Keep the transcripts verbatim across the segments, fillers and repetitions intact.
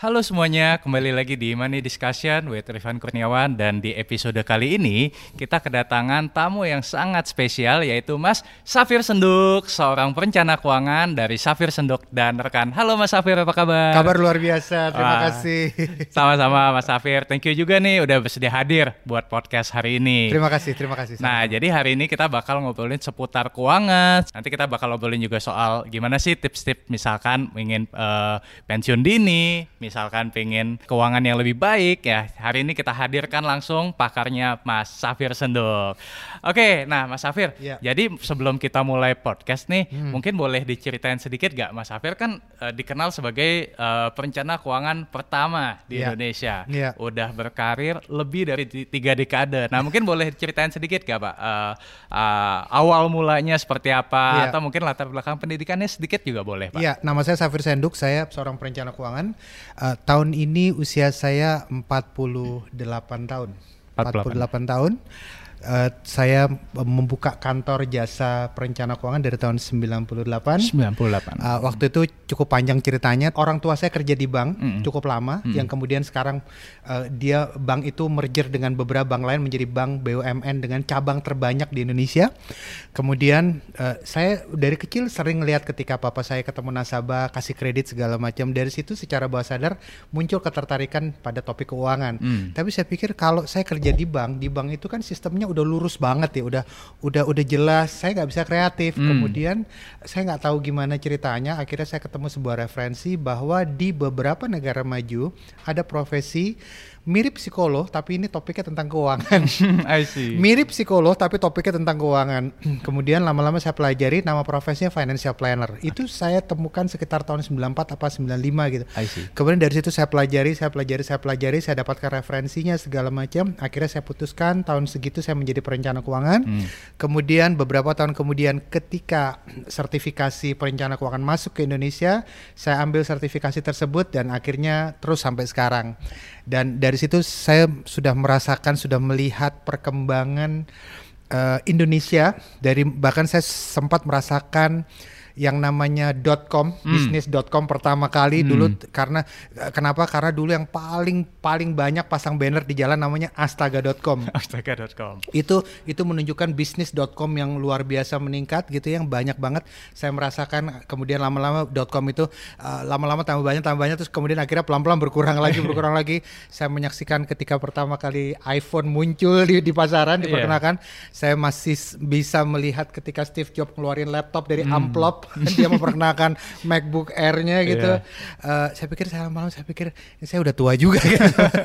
Halo semuanya, kembali lagi di Money Discussion with Rifan Kurniawan. Dan di episode kali ini kita kedatangan tamu yang sangat spesial, yaitu Mas Safir Senduk, seorang perencana keuangan dari Safir Senduk dan rekan. Halo Mas Safir, apa kabar? Kabar luar biasa, terima Wah, kasih. Sama-sama Mas Safir, thank you juga nih udah bersedia hadir buat podcast hari ini. Terima kasih, terima kasih. Nah, sama-sama. jadi hari ini kita bakal ngobrolin seputar keuangan. Nanti kita bakal ngobrolin juga soal gimana sih tips-tips misalkan ingin uh, pensiun dini, misalkan pengen keuangan yang lebih baik ya. Hari ini kita hadirkan langsung pakarnya Mas Safir Senduk. Oke, nah Mas Safir, ya. Jadi sebelum kita mulai podcast nih, hmm. mungkin boleh diceritain sedikit gak? Mas Safir kan uh, dikenal sebagai uh, perencana keuangan pertama di ya. Indonesia. ya. Udah berkarir lebih dari tiga dekade. Nah, mungkin boleh ceritain sedikit gak Pak? Uh, uh, awal mulanya seperti apa? ya. Atau mungkin latar belakang pendidikannya sedikit juga boleh Pak? Iya, nama saya Safir Senduk, saya seorang perencana keuangan. Uh, tahun ini usia saya empat puluh delapan tahun. empat puluh delapan tahun. Uh, saya membuka kantor jasa perencana keuangan dari tahun sembilan puluh delapan. sembilan puluh delapan. Uh, waktu itu cukup panjang ceritanya. Orang tua saya kerja di bank mm. cukup lama, mm. yang kemudian sekarang uh, dia bank itu merger dengan beberapa bank lain menjadi bank B U M N dengan cabang terbanyak di Indonesia. Kemudian uh, saya dari kecil sering lihat ketika papa saya ketemu nasabah, kasih kredit segala macam. Dari situ secara bawah sadar muncul ketertarikan pada topik keuangan. Mm. Tapi saya pikir kalau saya kerja di bank, di bank itu kan sistemnya udah lurus banget ya, udah udah udah jelas, saya nggak bisa kreatif. Hmm. Kemudian saya nggak tahu gimana ceritanya, akhirnya saya ketemu sebuah referensi bahwa di beberapa negara maju ada profesi mirip psikolog tapi ini topiknya tentang keuangan. I see. Mirip psikolog tapi topiknya tentang keuangan. Kemudian lama-lama saya pelajari, nama profesinya financial planner. Itu saya temukan sekitar tahun sembilan puluh empat apa sembilan puluh lima gitu. I see. Kemudian dari situ saya pelajari, saya pelajari, saya pelajari, saya dapatkan referensinya segala macam. Akhirnya saya putuskan tahun segitu saya menjadi perencana keuangan. Hmm. Kemudian beberapa tahun kemudian ketika sertifikasi perencana keuangan masuk ke Indonesia, saya ambil sertifikasi tersebut dan akhirnya terus sampai sekarang. Dan dari situ saya sudah merasakan, sudah melihat perkembangan uh, Indonesia. Dari bahkan saya sempat merasakan yang namanya .com, hmm. bisnis dot com pertama kali hmm. dulu. Karena kenapa? Karena dulu yang paling paling banyak pasang banner di jalan namanya astaga dot com. astaga dot com. Itu itu menunjukkan bisnis dot com yang luar biasa meningkat gitu, yang banyak banget saya merasakan. Kemudian lama-lama .com itu uh, lama-lama tambah banyak tambah banyak terus kemudian akhirnya pelan-pelan berkurang lagi berkurang lagi. Saya menyaksikan ketika pertama kali iPhone muncul di, di pasaran diperkenalkan, yeah. saya masih bisa melihat ketika Steve Jobs ngeluarin laptop dari hmm. amplop. Dia memperkenalkan MacBook Air-nya gitu. Yeah. Uh, saya pikir saya lama-lama saya pikir saya udah tua juga gitu.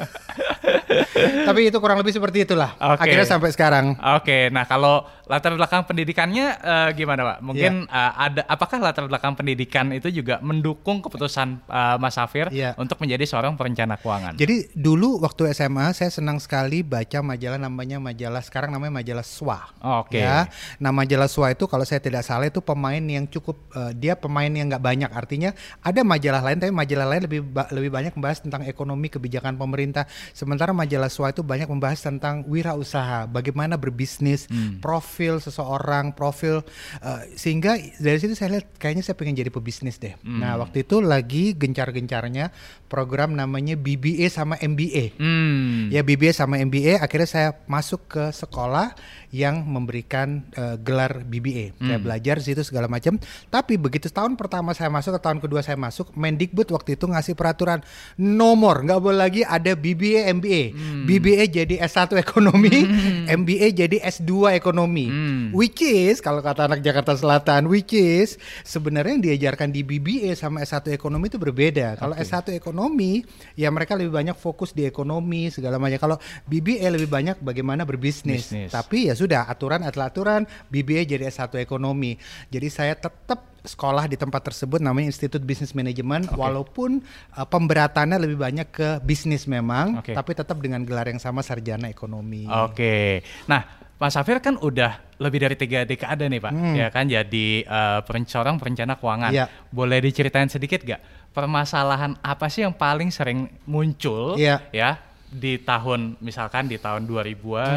Tapi itu kurang lebih seperti itulah. Okay. Akhirnya sampai sekarang. Oke, okay. Nah kalau latar belakang pendidikannya uh, gimana Pak? Mungkin yeah. uh, ada apakah latar belakang pendidikan itu juga mendukung keputusan uh, Mas Safir yeah. untuk menjadi seorang perencana keuangan? Jadi dulu waktu S M A saya senang sekali baca majalah namanya majalah sekarang namanya majalah S W A. Oke. Okay. Ya, nah majalah S W A itu kalau saya tidak salah itu pemain yang cukup uh, dia pemain yang nggak banyak. Artinya ada majalah lain tapi majalah lain lebih ba- lebih banyak membahas tentang ekonomi, kebijakan pemerintah. Sementara majalah S W A itu banyak membahas tentang wirausaha, bagaimana berbisnis, hmm. profil seseorang, profil uh, sehingga dari situ saya lihat kayaknya saya pengen jadi pebisnis deh. Hmm. Nah waktu itu lagi gencar-gencarnya program namanya B B A sama M B A. Hmm. Ya B B A sama M B A, akhirnya saya masuk ke sekolah yang memberikan uh, gelar B B A. Hmm. Saya belajar di situ segala macam. Tapi begitu tahun pertama saya masuk ke tahun kedua saya masuk, Mendikbud waktu itu ngasih peraturan nomor nggak boleh lagi ada B B A M B A. Hmm. B B A jadi S satu ekonomi, hmm. M B A jadi S dua ekonomi. Hmm. Which is kalau kata anak Jakarta Selatan, which is sebenarnya yang diajarkan di B B A sama S satu ekonomi itu berbeda. Kalau okay. S satu ekonomi ya mereka lebih banyak fokus di ekonomi segala macam. Kalau B B A lebih banyak bagaimana berbisnis. Business. Tapi ya sudah aturan adalah aturan, B B A jadi S satu ekonomi. Jadi saya tetap sekolah di tempat tersebut namanya Institut Business Management, okay. walaupun uh, pemberatannya lebih banyak ke bisnis memang, okay. tapi tetap dengan gelar yang sama sarjana ekonomi. Oke, okay. Nah Mas Safir kan udah lebih dari tiga dekade nih Pak, hmm. ya kan jadi uh, seorang perencana keuangan. Yeah. Boleh diceritain sedikit gak permasalahan apa sih yang paling sering muncul yeah. ya di tahun misalkan di tahun dua ribuan, hmm.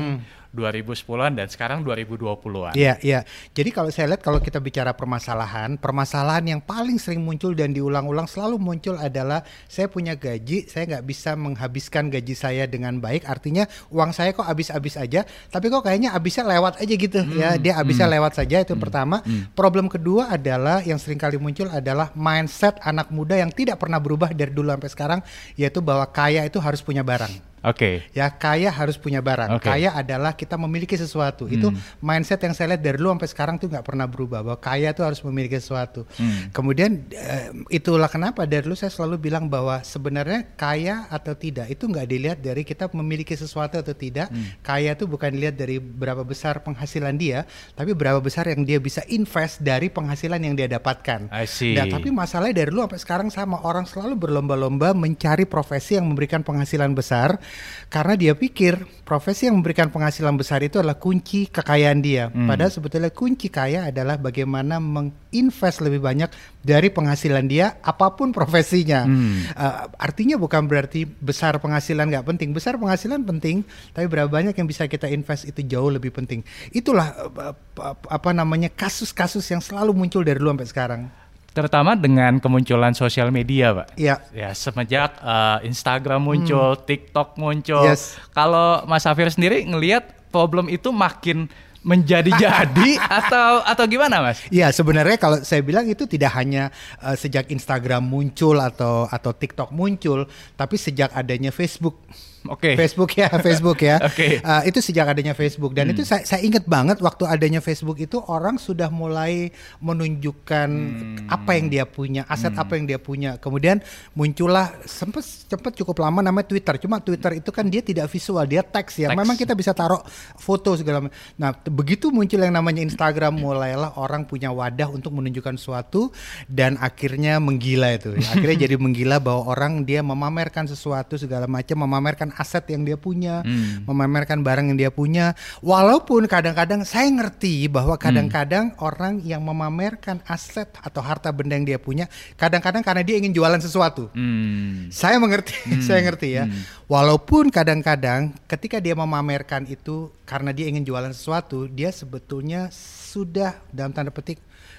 dua ribu sepuluhan dan sekarang dua ribu dua puluhan. Iya, iya. Jadi kalau saya lihat kalau kita bicara permasalahan, permasalahan yang paling sering muncul dan diulang-ulang selalu muncul adalah saya punya gaji, saya nggak bisa menghabiskan gaji saya dengan baik. Artinya uang saya kok habis-habis aja, tapi kok kayaknya habisnya lewat aja gitu. Hmm, ya, dia habisnya hmm, lewat saja, itu yang hmm, pertama. Hmm. Problem kedua adalah yang sering kali muncul adalah mindset anak muda yang tidak pernah berubah dari dulu sampai sekarang, yaitu bahwa kaya itu harus punya barang. Oke. Okay. Ya, kaya harus punya barang. Okay. Kaya adalah kita memiliki sesuatu. Hmm. Itu mindset yang saya lihat dari dulu sampai sekarang tuh nggak pernah berubah, bahwa kaya tuh harus memiliki sesuatu. Hmm. Kemudian uh, itulah kenapa dari dulu saya selalu bilang bahwa sebenarnya kaya atau tidak itu nggak dilihat dari kita memiliki sesuatu atau tidak. Hmm. Kaya tuh bukan dilihat dari berapa besar penghasilan dia, tapi berapa besar yang dia bisa invest dari penghasilan yang dia dapatkan. I see. Nah, tapi masalahnya dari dulu sampai sekarang sama, orang selalu berlomba-lomba mencari profesi yang memberikan penghasilan besar. Karena dia pikir profesi yang memberikan penghasilan besar itu adalah kunci kekayaan dia. Hmm. Padahal sebetulnya kunci kaya adalah bagaimana menginvest lebih banyak dari penghasilan dia, apapun profesinya. Hmm. Uh, artinya bukan berarti besar penghasilan nggak penting. Besar penghasilan penting, tapi berapa banyak yang bisa kita invest itu jauh lebih penting. Itulah uh, uh, apa namanya kasus-kasus yang selalu muncul dari dulu sampai sekarang. Terutama dengan kemunculan sosial media, Pak. Iya. Ya, semenjak uh, Instagram muncul, hmm. TikTok muncul. Yes. Kalau Mas Safir sendiri ngelihat problem itu makin menjadi-jadi atau atau gimana, Mas? Iya, sebenarnya kalau saya bilang itu tidak hanya uh, sejak Instagram muncul atau atau TikTok muncul, tapi sejak adanya Facebook. Oke. Okay. Facebook ya, Facebook ya. Oke. Okay. Uh, itu sejak adanya Facebook dan hmm. itu saya, saya ingat banget waktu adanya Facebook itu orang sudah mulai menunjukkan hmm. apa yang dia punya, aset hmm. apa yang dia punya. Kemudian muncullah sempat sempat cukup lama namanya Twitter. Cuma Twitter itu kan dia tidak visual, dia teks ya. Teks. Memang kita bisa taruh foto segala macam. Nah, begitu muncul yang namanya Instagram, mulailah orang punya wadah untuk menunjukkan sesuatu dan akhirnya menggila itu. Akhirnya jadi menggila bahwa orang dia memamerkan sesuatu segala macam, memamerkan aset yang dia punya, hmm. memamerkan barang yang dia punya. Walaupun kadang-kadang saya ngerti bahwa kadang-kadang hmm. orang yang memamerkan aset atau harta benda yang dia punya, kadang-kadang karena dia ingin jualan sesuatu. Hmm. Saya mengerti, hmm. saya ngerti ya. Hmm. Walaupun kadang-kadang ketika dia memamerkan itu karena dia ingin jualan sesuatu, dia sebetulnya sudah dalam tanda petik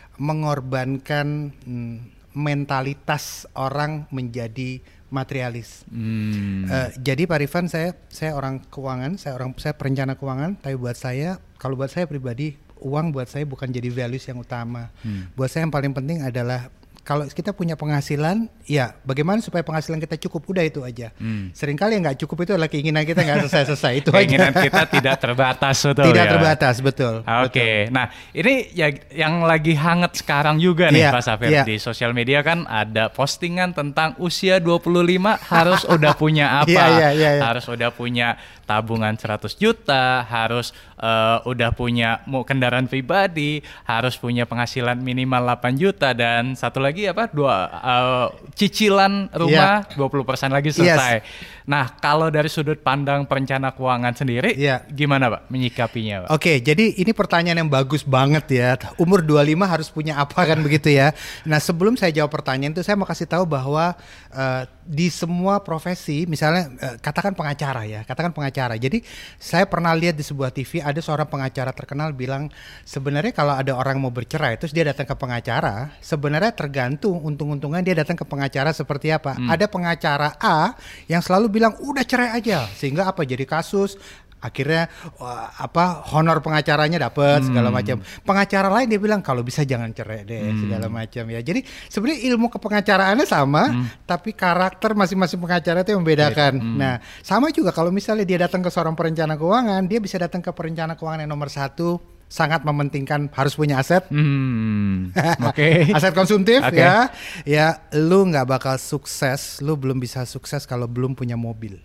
mengorbankan hmm, mentalitas orang menjadi materialis. Hmm. Uh, jadi Pak Rifan, saya saya orang keuangan, saya orang saya perencana keuangan, tapi buat saya, kalau buat saya pribadi, uang buat saya bukan jadi values yang utama. Hmm. Buat saya yang paling penting adalah kalau kita punya penghasilan, ya bagaimana supaya penghasilan kita cukup, udah itu aja. Hmm. Seringkali yang nggak cukup itu adalah keinginan kita nggak selesai-selesai, itu keinginan aja. Kita tidak terbatas, betul. Tidak ya? terbatas, betul. Oke, okay. Nah ini ya yang lagi hangat sekarang juga nih, yeah, Pak Safir, yeah. Di sosial media kan ada postingan tentang usia dua puluh lima harus udah punya apa, yeah, yeah, yeah, yeah. harus udah punya tabungan seratus juta, harus uh, udah punya mau kendaraan pribadi, harus punya penghasilan minimal delapan juta, dan satu lagi apa dua uh, cicilan rumah yeah. dua puluh persen lagi selesai. Yes. Nah, kalau dari sudut pandang perencana keuangan sendiri, yeah. gimana Pak menyikapinya, Pak? Oke, okay, jadi ini pertanyaan yang bagus banget ya. Umur dua puluh lima harus punya apa kan begitu ya. Nah, sebelum saya jawab pertanyaan itu, saya mau kasih tahu bahwa uh, di semua profesi, misalnya uh, katakan pengacara ya, katakan pengacara. Jadi saya pernah lihat di sebuah T V ada seorang pengacara terkenal bilang, sebenarnya kalau ada orang mau bercerai terus dia datang ke pengacara, sebenarnya tergantung untung-untungan dia datang ke pengacara seperti apa. Hmm. Ada pengacara A yang selalu bilang udah cerai aja, sehingga apa jadi kasus, akhirnya wah, apa honor pengacaranya dapat hmm. segala macam. Pengacara lain dia bilang kalau bisa jangan cerai deh hmm. segala macam ya. Jadi sebenarnya ilmu kepengacaraannya sama, hmm. tapi karakter masing-masing pengacara itu yang membedakan. Hmm. Nah, sama juga kalau misalnya dia datang ke seorang perencana keuangan, dia bisa datang ke perencana keuangan yang nomor satu, sangat mementingkan harus punya aset, hmm. okay. aset konsumtif okay. ya. Ya, lu nggak bakal sukses, lu belum bisa sukses kalau belum punya mobil.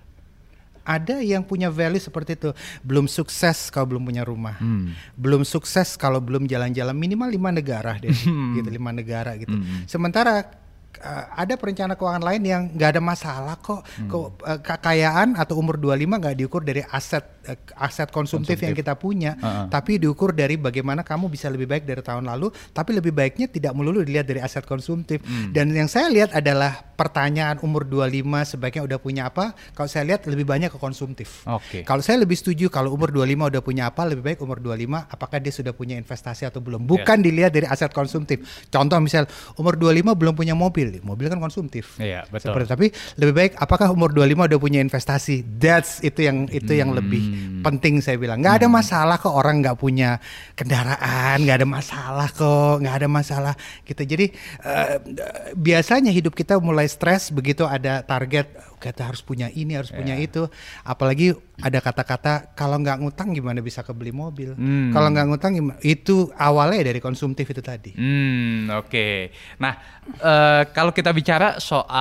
Ada yang punya value seperti itu, belum sukses kalau belum punya rumah, hmm. belum sukses kalau belum jalan-jalan minimal lima negara deh, gitu lima negara gitu. Hmm. Sementara uh, ada perencana keuangan lain yang nggak ada masalah kok. Hmm. Kok uh, kekayaan atau umur dua puluh lima nggak diukur dari aset uh, aset konsumtif, konsumtif yang kita punya, uh-huh. tapi diukur dari bagaimana kamu bisa lebih baik dari tahun lalu. Tapi lebih baiknya tidak melulu dilihat dari aset konsumtif. Hmm. Dan yang saya lihat adalah pertanyaan umur dua puluh lima sebaiknya udah punya apa? Kalau saya lihat lebih banyak ke konsumtif. Okay. Kalau saya lebih setuju kalau umur dua puluh lima udah punya apa, lebih baik umur dua puluh lima apakah dia sudah punya investasi atau belum. Bukan yeah. dilihat dari aset konsumtif. Contoh misal umur dua puluh lima belum punya mobil. Mobil kan konsumtif. Iya, yeah, betul. Seperti, tapi lebih baik apakah umur dua puluh lima udah punya investasi. That's itu yang itu hmm. yang lebih penting saya bilang. Nggak ada masalah kok orang nggak punya kendaraan, nggak ada masalah kok, nggak ada masalah gitu. Jadi uh, biasanya hidup kita mulai stres begitu ada target kita harus punya ini, harus yeah. punya itu. Apalagi ada kata-kata kalau nggak ngutang gimana bisa kebeli mobil. Hmm. Kalau nggak ngutang gimana? Itu awalnya dari konsumtif itu tadi. Hmm, oke. Okay. Nah, uh, kalau kita bicara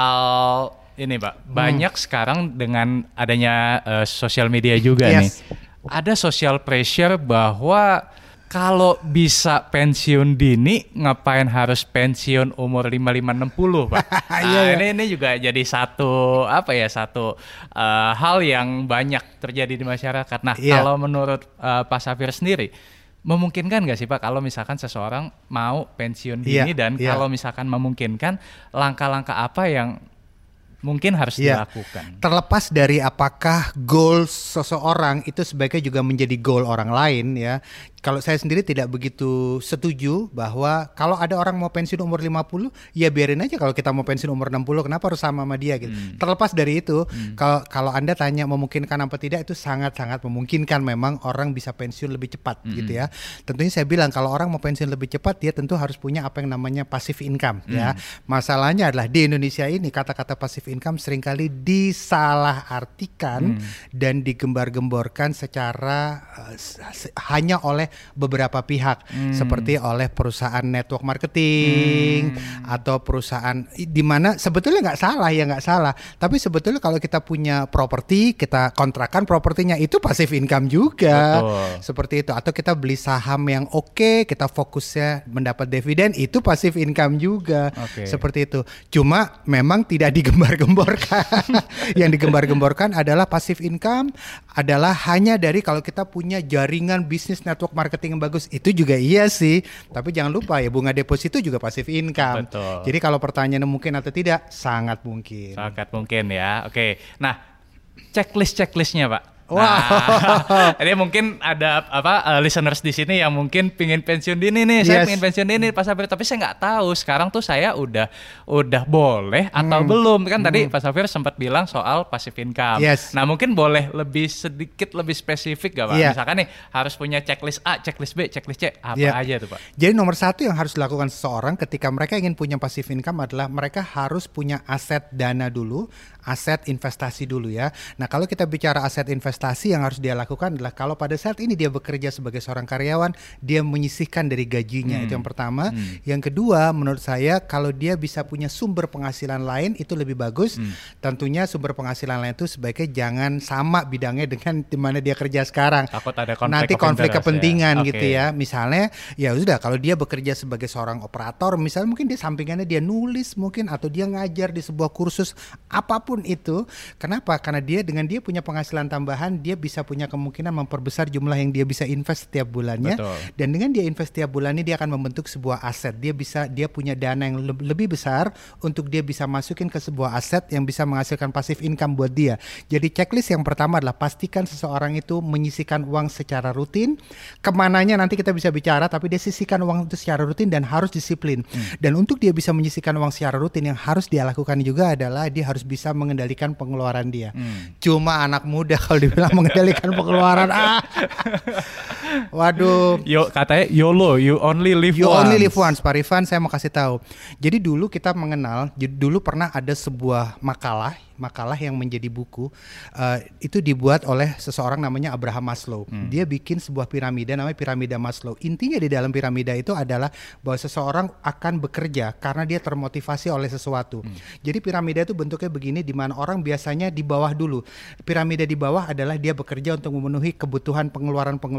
soal ini, Pak, hmm. banyak sekarang dengan adanya uh, sosial media juga yes. nih. Ada social pressure bahwa kalau bisa pensiun dini, ngapain harus pensiun umur lima puluh lima enam puluh, Pak? Nah, yeah, ini ini juga jadi satu apa ya satu uh, hal yang banyak terjadi di masyarakat. Nah, yeah. kalau menurut uh, Pak Safir sendiri, memungkinkan nggak sih Pak kalau misalkan seseorang mau pensiun dini yeah, dan yeah. kalau misalkan memungkinkan, langkah-langkah apa yang mungkin harus ya, dilakukan? Terlepas dari apakah goal seseorang itu sebaiknya juga menjadi goal orang lain ya. Kalau saya sendiri tidak begitu setuju bahwa kalau ada orang mau pensiun umur lima puluh, ya biarin aja kalau kita mau pensiun umur enam puluh, kenapa harus sama sama dia gitu. Hmm. Terlepas dari itu, hmm. kalau kalau Anda tanya memungkinkan apa tidak, itu sangat-sangat memungkinkan memang orang bisa pensiun lebih cepat hmm. gitu ya. Tentunya saya bilang kalau orang mau pensiun lebih cepat, dia tentu harus punya apa yang namanya passive income hmm. ya. Masalahnya adalah di Indonesia ini kata-kata passive income seringkali disalahartikan hmm. dan digembar-gemborkan secara uh, hanya oleh beberapa pihak hmm. seperti oleh perusahaan network marketing hmm. atau perusahaan di mana sebetulnya nggak salah ya nggak salah, tapi sebetulnya kalau kita punya properti, kita kontrakan propertinya, itu passive income juga. Betul. Seperti itu. Atau kita beli saham yang oke, okay, kita fokusnya mendapat dividen, itu passive income juga. Okay. Seperti itu. Cuma memang tidak digembar-gemborkan. Yang digembar-gemborkan adalah passive income adalah hanya dari kalau kita punya jaringan bisnis network marketing yang bagus. Itu juga iya sih, tapi jangan lupa ya bunga deposito juga passive income. Betul. Jadi kalau pertanyaannya mungkin atau tidak, sangat mungkin. Sangat mungkin ya. Oke. Nah, checklist-checklistnya Pak. Wow. Nah, ini mungkin ada apa uh, listeners di sini yang mungkin pingin pensiun dini nih, saya yes. pingin pensiun dini Pak Safir, tapi saya nggak tahu sekarang tuh saya udah udah boleh atau hmm. belum kan hmm. tadi Pak Safir sempat bilang soal passive income. Yes. Nah mungkin boleh lebih sedikit lebih spesifik gak Pak? Yeah. Misalkan nih harus punya checklist A, checklist B, checklist C, apa yeah. aja tuh Pak? Jadi nomor satu yang harus dilakukan seseorang ketika mereka ingin punya passive income adalah mereka harus punya aset dana dulu, aset investasi dulu ya. Nah kalau kita bicara aset investasi, yang harus dia lakukan adalah kalau pada saat ini dia bekerja sebagai seorang karyawan, dia menyisihkan dari gajinya. Hmm. Itu yang pertama. Hmm. Yang kedua, menurut saya kalau dia bisa punya sumber penghasilan lain itu lebih bagus. Hmm. Tentunya sumber penghasilan lain itu sebaiknya jangan sama bidangnya dengan di mana dia kerja sekarang. Takut ada konflik nanti konflik kepentingan ya. gitu okay. ya. Misalnya ya sudah kalau dia bekerja sebagai seorang operator, misalnya mungkin dia sampingannya dia nulis mungkin atau dia ngajar di sebuah kursus apapun itu. Kenapa? Karena dia dengan dia punya penghasilan tambahan, dia bisa punya kemungkinan memperbesar jumlah yang dia bisa invest setiap bulannya. Betul. Dan dengan dia invest setiap bulannya, dia akan membentuk sebuah aset. Dia bisa dia punya dana yang le- lebih besar untuk dia bisa masukin ke sebuah aset yang bisa menghasilkan passive income buat dia. Jadi checklist yang pertama adalah pastikan seseorang itu menyisihkan uang secara rutin. Kemananya nanti kita bisa bicara, tapi dia sisihkan uang itu secara rutin dan harus disiplin. Hmm. Dan untuk dia bisa menyisihkan uang secara rutin, yang harus dia lakukan juga adalah dia harus bisa mengendalikan pengeluaran dia. Hmm. Cuma anak muda kalau dibilang mengendalikan pengeluaran ah. Waduh. Yo katanya YOLO, you only live you once. You only live once. Pak Rifan, saya mau kasih tahu. Jadi dulu kita mengenal, dulu pernah ada sebuah makalah makalah yang menjadi buku uh, itu dibuat oleh seseorang namanya Abraham Maslow. Hmm. Dia bikin sebuah piramida namanya piramida Maslow. Intinya di dalam piramida itu adalah bahwa seseorang akan bekerja karena dia termotivasi oleh sesuatu. Hmm. Jadi piramida itu bentuknya begini, di mana orang biasanya di bawah dulu. Piramida di bawah adalah dia bekerja untuk memenuhi kebutuhan pengeluaran-pengeluaran dia.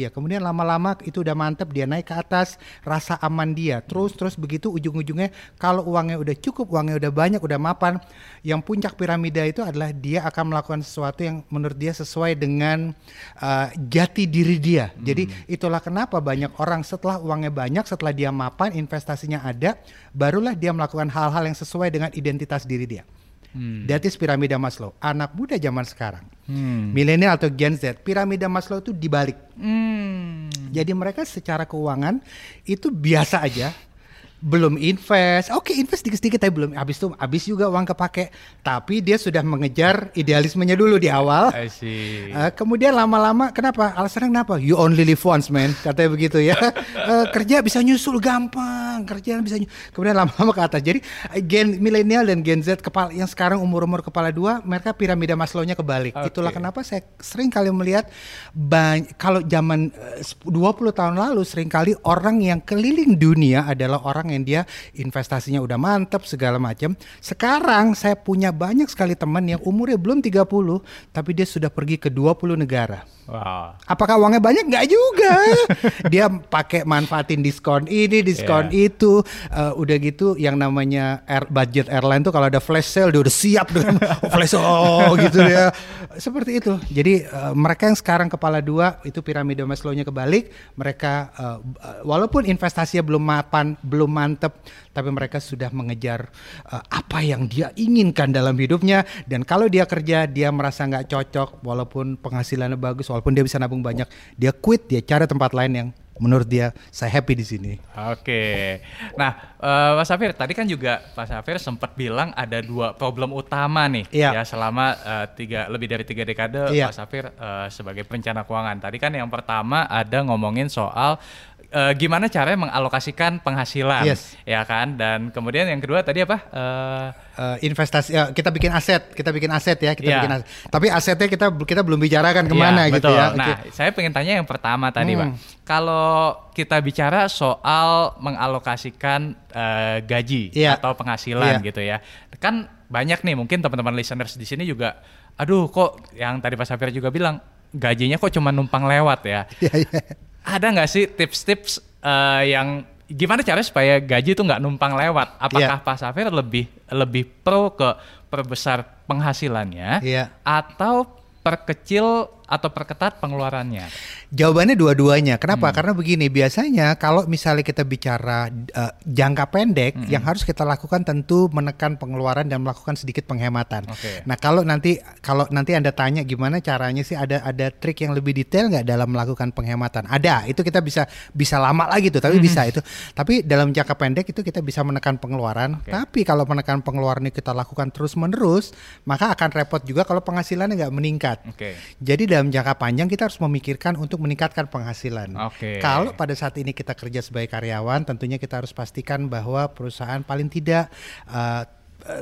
dia. Kemudian lama-lama itu udah mantep, dia naik ke atas, rasa aman dia. Terus terus begitu ujung-ujungnya kalau uangnya udah cukup, uangnya udah banyak, udah mapan, yang puncak piramida itu adalah dia akan melakukan sesuatu yang menurut dia sesuai dengan uh, jati diri dia. Hmm. Jadi itulah kenapa banyak orang setelah uangnya banyak, setelah dia mapan, investasinya ada, barulah dia melakukan hal-hal yang sesuai dengan identitas diri dia. Hmm. That is piramida Maslow. Anak muda zaman sekarang, hmm. milenial atau Gen Z, piramida Maslow itu dibalik. Hmm. Jadi mereka secara keuangan itu biasa aja, belum invest. Oke, okay, invest sedikit-sedikit tapi belum habis itu habis juga uang kepake. Tapi dia sudah mengejar idealismenya dulu di awal. I see. Uh, kemudian lama-lama kenapa? Alasannya kenapa? You only live once, man. Katanya begitu ya. uh, kerja bisa nyusul gampang, kerjaan bisa nyusul. Kemudian lama-lama ke atas. Jadi Gen milenial dan Gen Z kepala yang sekarang umur-umur kepala dua, mereka piramida Maslow-nya kebalik. Okay. Itulah kenapa saya sering kali melihat banyak, kalau zaman uh, dua puluh tahun lalu sering kali orang yang keliling dunia adalah orang yang dia investasinya udah mantep segala macam. Sekarang saya punya banyak sekali teman yang umurnya belum tiga puluh tapi dia sudah pergi ke dua puluh negara. Wow. Apakah uangnya banyak? Nggak juga. Dia pakai manfaatin diskon ini, diskon yeah. itu. Uh, udah gitu yang namanya air, budget airline tuh kalau ada flash sale dia udah siap dengan oh, flash oh gitu ya. Seperti itu. Jadi uh, mereka yang sekarang kepala dua itu piramida Maslow-nya kebalik. Mereka uh, walaupun investasinya belum mapan, belum mantep, tapi mereka sudah mengejar uh, apa yang dia inginkan dalam hidupnya. Dan kalau dia kerja, dia merasa nggak cocok, walaupun penghasilannya bagus, walaupun dia bisa nabung banyak, dia quit, dia cari tempat lain yang menurut dia saya happy di sini. Oke. Nah, uh, Mas Safir tadi kan juga Mas Safir sempat bilang ada dua problem utama nih yeah. ya selama uh, tiga lebih dari tiga dekade yeah. Mas Safir uh, sebagai perencana keuangan. Tadi kan yang pertama ada ngomongin soal uh, gimana caranya mengalokasikan penghasilan, yes. ya kan? Dan kemudian yang kedua tadi apa? Uh, Uh, investasi, ya, kita bikin aset, kita bikin aset ya, kita yeah. bikin aset. Tapi asetnya kita kita belum bicarakan kemana yeah, gitu ya. Nah, okay. saya pengen tanya yang pertama tadi, hmm. Pak. Kalau kita bicara soal mengalokasikan uh, gaji yeah. atau penghasilan yeah. gitu ya, kan banyak nih mungkin teman-teman listeners di sini juga, aduh kok yang tadi Pak Safir juga bilang gajinya kok cuma numpang lewat ya. Yeah, yeah. Ada nggak sih tips-tips uh, yang gimana caranya supaya gaji itu nggak numpang lewat? Apakah yeah. Pak Safir lebih lebih pro ke perbesar penghasilannya yeah. atau perkecil atau perketat pengeluarannya? Jawabannya dua-duanya. Kenapa? Hmm. Karena begini, biasanya kalau misalnya kita bicara uh, jangka pendek, hmm. yang harus kita lakukan tentu menekan pengeluaran dan melakukan sedikit penghematan. Okay. Nah, kalau nanti kalau nanti Anda tanya gimana caranya sih, ada ada trik yang lebih detail nggak dalam melakukan penghematan? Ada. Itu kita bisa bisa lama lagi tuh, tapi hmm. bisa itu. Tapi dalam jangka pendek itu kita bisa menekan pengeluaran. Okay. Tapi kalau menekan pengeluaran ini kita lakukan terus-menerus, maka akan repot juga kalau penghasilannya nggak meningkat. Okay. Jadi dalam jangka panjang kita harus memikirkan untuk meningkatkan penghasilan. Okay. Kalau pada saat ini kita kerja sebagai karyawan, tentunya kita harus pastikan bahwa perusahaan paling tidak uh, uh,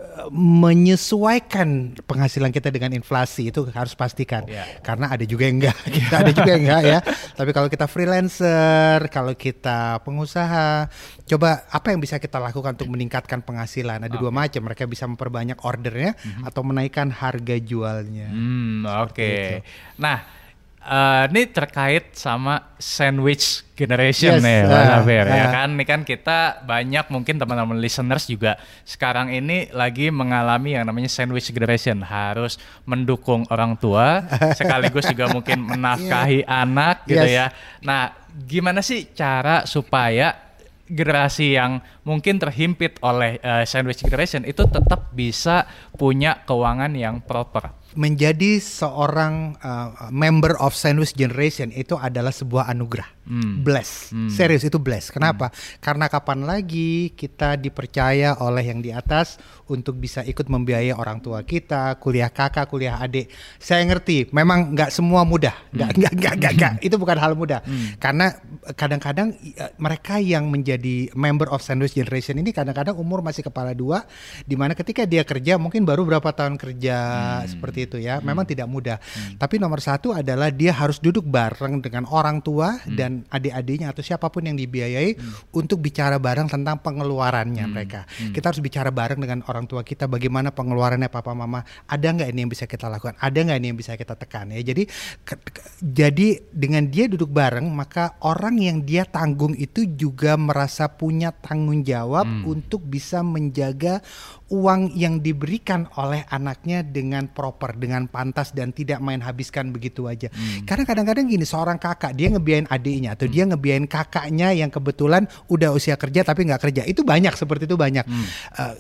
menyesuaikan penghasilan kita dengan inflasi, itu harus pastikan. Yeah. Karena ada juga yang enggak, kita ada juga yang enggak ya. Tapi kalau kita freelancer, kalau kita pengusaha, coba apa yang bisa kita lakukan untuk meningkatkan penghasilan? Ada okay. dua macam, mereka bisa memperbanyak ordernya mm-hmm. atau menaikkan harga jualnya. Hmm, oke. Okay. Nah, Uh, ini terkait sama sandwich generation yes, nih, Mas Safir, uh, ya kan? Ini kan kita banyak mungkin teman-teman listeners juga sekarang ini lagi mengalami yang namanya sandwich generation, harus mendukung orang tua sekaligus juga mungkin menafkahi yeah. anak gitu yes. ya. Nah, gimana sih cara supaya generasi yang mungkin terhimpit oleh uh, sandwich generation itu tetap bisa punya keuangan yang proper? Menjadi seorang uh, member of sandwich generation itu adalah sebuah anugerah, hmm. bless, hmm. serius itu bless. Kenapa? Hmm. Karena kapan lagi kita dipercaya oleh yang di atas untuk bisa ikut membiayai orang tua kita, kuliah kakak, kuliah adik. Saya ngerti, memang nggak semua mudah, nggak hmm. nggak nggak nggak, itu bukan hal mudah. Hmm. Karena kadang-kadang uh, mereka yang menjadi member of sandwich generation ini kadang-kadang umur masih kepala dua, di mana ketika dia kerja mungkin baru berapa tahun kerja hmm. seperti itu ya. Memang hmm. tidak mudah. Hmm. Tapi nomor satu adalah dia harus duduk bareng dengan orang tua hmm. dan adik-adiknya atau siapapun yang dibiayai hmm. untuk bicara bareng tentang pengeluarannya hmm. mereka. Hmm. Kita harus bicara bareng dengan orang tua kita bagaimana pengeluarannya papa mama. Ada nggak ini yang bisa kita lakukan? Ada nggak ini yang bisa kita tekan ya? Jadi ke, ke, jadi dengan dia duduk bareng, maka orang yang dia tanggung itu juga merasa punya tanggung jawab hmm. untuk bisa menjaga uang yang diberikan oleh anaknya dengan proper, dengan pantas dan tidak main habiskan begitu aja. Hmm. Karena kadang-kadang gini, seorang kakak dia ngebiayain adiknya atau hmm. dia ngebiayain kakaknya yang kebetulan udah usia kerja tapi nggak kerja. Itu banyak, seperti itu banyak. Hmm. Uh,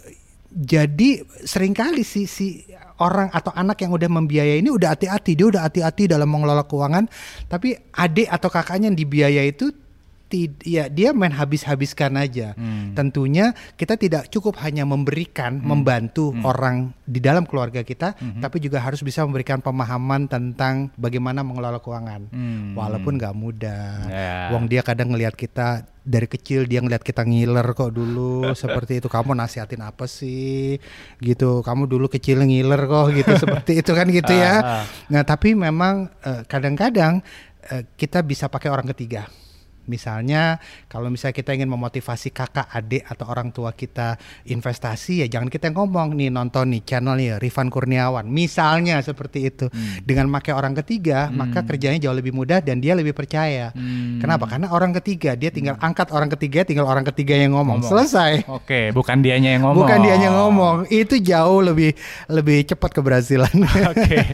jadi seringkali si si orang atau anak yang udah membiayai ini udah hati-hati, dia udah hati-hati dalam mengelola keuangan, tapi adik atau kakaknya yang dibiayai itu tid- ya dia main habis-habiskan aja. Hmm. Tentunya kita tidak cukup hanya memberikan, hmm. membantu hmm. orang di dalam keluarga kita, hmm. tapi juga harus bisa memberikan pemahaman tentang bagaimana mengelola keuangan. Hmm. Walaupun nggak mudah. Yeah. Wong dia kadang ngelihat kita dari kecil, dia ngeliat kita ngiler kok dulu seperti itu. Kamu nasihatin apa sih gitu, kamu dulu kecil ngiler kok gitu seperti itu kan gitu ya. Nah tapi memang uh, kadang-kadang uh, kita bisa pakai orang ketiga. Misalnya kalau misalnya kita ingin memotivasi kakak, adik atau orang tua kita investasi, ya jangan kita yang ngomong nih, nonton nih channel nih Rifan Kurniawan misalnya seperti itu. hmm. Dengan pakai orang ketiga hmm. maka kerjanya jauh lebih mudah dan dia lebih percaya. hmm. Kenapa? Karena orang ketiga dia tinggal hmm. angkat orang ketiga, tinggal orang ketiga yang ngomong, ngomong. Selesai. Oke, bukan dianya yang ngomong. Bukan dianya ngomong, itu jauh lebih lebih cepat keberhasilan. Oke.